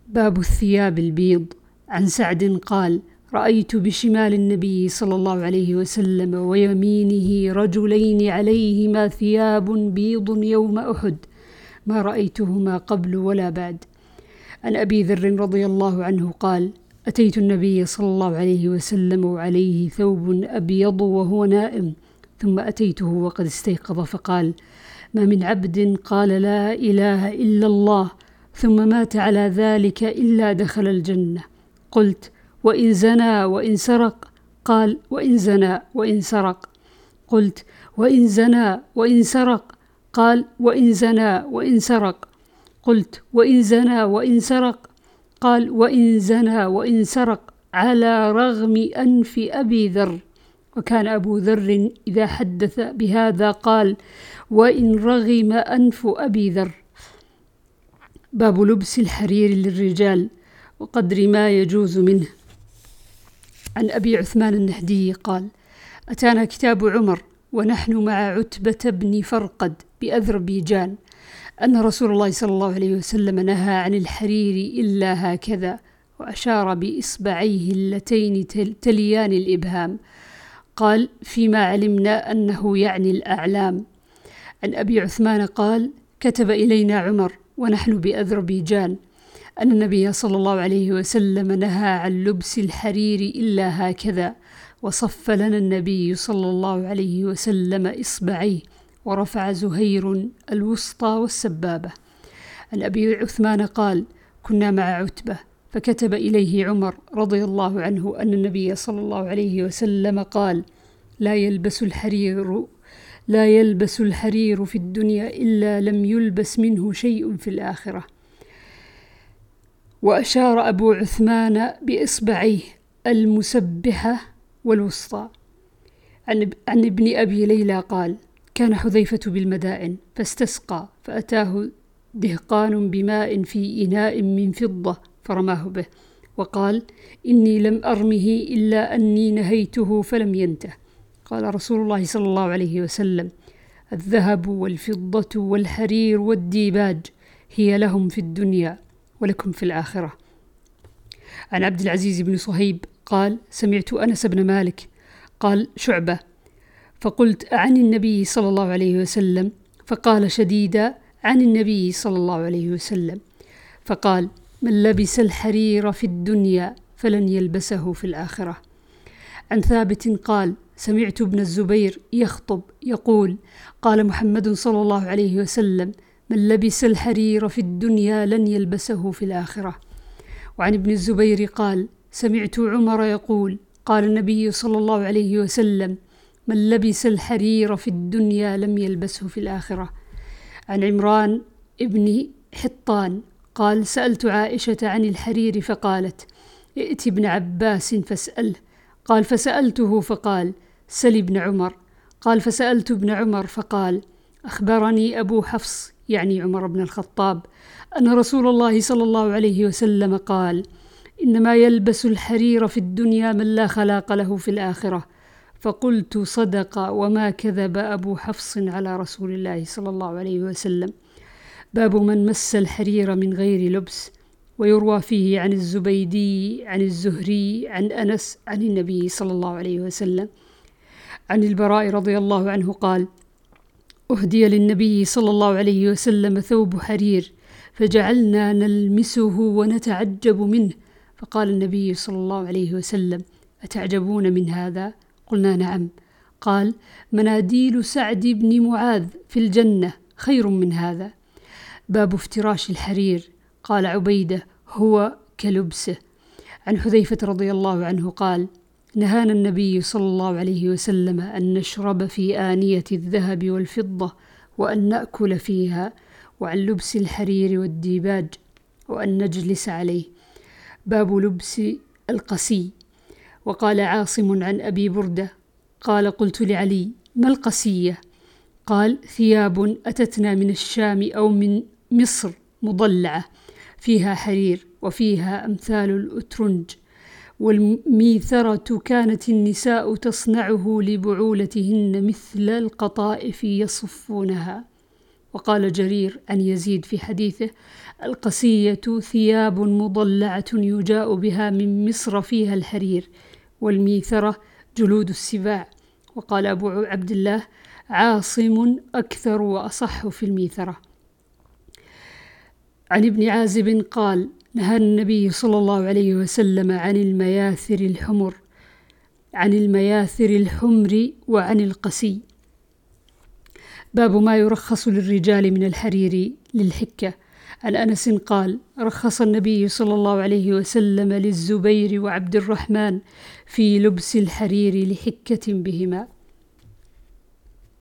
باب الثياب البيض. عن سعد قال: رأيت بشمال النبي صلى الله عليه وسلم ويمينه رجلين عليهما ثياب بيض يوم أحد، ما رأيتهما قبل ولا بعد. عن أبي ذر رضي الله عنه قال: أتيت النبي صلى الله عليه وسلم وعليه ثوب أبيض وهو نائم، ثم أتيته وقد استيقظ فقال: ما من عبد قال لا إله إلا الله ثم مات على ذلك إلا دخل الجنة. قلت: وإن زنى وإن سرق؟ قال: وإن زنى وإن سرق. قلت: وإن زنى وإن سرق؟ قال: وإن زنى وإن سرق. قلت: وإن زنى وإن سرق؟ قال: وإن زنى وإن سرق، على رغم أنف أبي ذر. وكان أبو ذر إذا حدث بهذا قال: وإن رغم أنف أبي ذر. باب لبس الحرير للرجال وقدر ما يجوز منه. عن أبي عثمان النهدي قال: أتانا كتاب عمر ونحن مع عتبة بن فرقد بأذربيجان أن رسول الله صلى الله عليه وسلم نهى عن الحرير إلا هكذا، وأشار بإصبعيه اللتين تليان الإبهام. قال: فيما علمنا أنه يعني الأعلام. عن أبي عثمان قال: كتب إلينا عمر ونحن بأذربيجان أن النبي صلى الله عليه وسلم نهى عن لبس الحرير إلا هكذا، وصف لنا النبي صلى الله عليه وسلم إصبعيه، ورفع زهير الوسطى والسبابة. عن أبي عثمان قال: كنا مع عتبة فكتب إليه عمر رضي الله عنه أن النبي صلى الله عليه وسلم قال: لا يلبس الحرير في الدنيا إلا لم يلبس منه شيء في الآخرة. وأشار أبو عثمان بإصبعيه المسبحة والوسطى. عن ابن أبي ليلى قال: كان حذيفة بالمدائن فاستسقى، فأتاه دهقان بماء في إناء من فضة فرماه به، وقال: إني لم أرمه إلا أني نهيته فلم ينته. قال رسول الله صلى الله عليه وسلم: الذهب والفضة والحرير والديباج هي لهم في الدنيا ولكم في الآخرة. عن عبد العزيز بن صهيب قال: سمعت أنس بن مالك قال: شعبة، فقلت: عن النبي صلى الله عليه وسلم؟ فقال شديدا: عن النبي صلى الله عليه وسلم. فقال: من لبس الحرير في الدنيا فلن يلبسه في الآخرة. عن ثابت قال: سمعت ابن الزبير يخطب يقول: قال محمد صلى الله عليه وسلم: من لبس الحرير في الدنيا لن يلبسه في الآخرة. وعن ابن الزبير قال: سمعت عمر يقول: قال النبي صلى الله عليه وسلم: من لبس الحرير في الدنيا لم يلبسه في الآخرة. عن عمران ابن حطان قال: سألت عائشة عن الحرير فقالت: ائت ابن عباس فاسأله. قال: فسألته فقال: سل ابن عمر. قال: فسألت ابن عمر فقال: أخبرني أبو حفص يعني عمر بن الخطاب أن رسول الله صلى الله عليه وسلم قال: إنما يلبس الحرير في الدنيا من لا خلاق له في الآخرة. فقلت: صدق وما كذب أبو حفص على رسول الله صلى الله عليه وسلم. باب من مس الحرير من غير لبس. ويروى فيه عن الزبيدي عن الزهري عن أنس عن النبي صلى الله عليه وسلم. عن البراء رضي الله عنه قال: أهدي للنبي صلى الله عليه وسلم ثوب حرير فجعلنا نلمسه ونتعجب منه، فقال النبي صلى الله عليه وسلم: أتعجبون من هذا؟ قلنا: نعم. قال: مناديل سعد بن معاذ في الجنة خير من هذا. باب افتراش الحرير. قال عبيدة: هو كلبسه. عن حذيفة رضي الله عنه قال: نهانا النبي صلى الله عليه وسلم أن نشرب في آنية الذهب والفضة وأن نأكل فيها، وعن لبس الحرير والديباج، وأن نجلس عليه. باب لبس القسي. وقال عاصم عن أبي بردة قال: قلت لعلي: ما القسية؟ قال: ثياب أتتنا من الشام أو من مصر مضلعة فيها حرير وفيها أمثال الأترنج، والميثرة كانت النساء تصنعه لبعولتهن مثل القطائف يصفونها. وقال جرير عن يزيد في حديثه: القسية ثياب مضلعة يجاء بها من مصر فيها الحرير، والميثرة جلود السباع. وقال أبو عبد الله: عاصم أكثر وأصح في الميثرة. عن ابن عازب قال: نهى النبي صلى الله عليه وسلم عن المياثر الحمر وعن القسي. باب ما يرخص للرجال من الحرير للحكة. عن أنس قال: رخص النبي صلى الله عليه وسلم للزبير وعبد الرحمن في لبس الحرير لحكة بهما.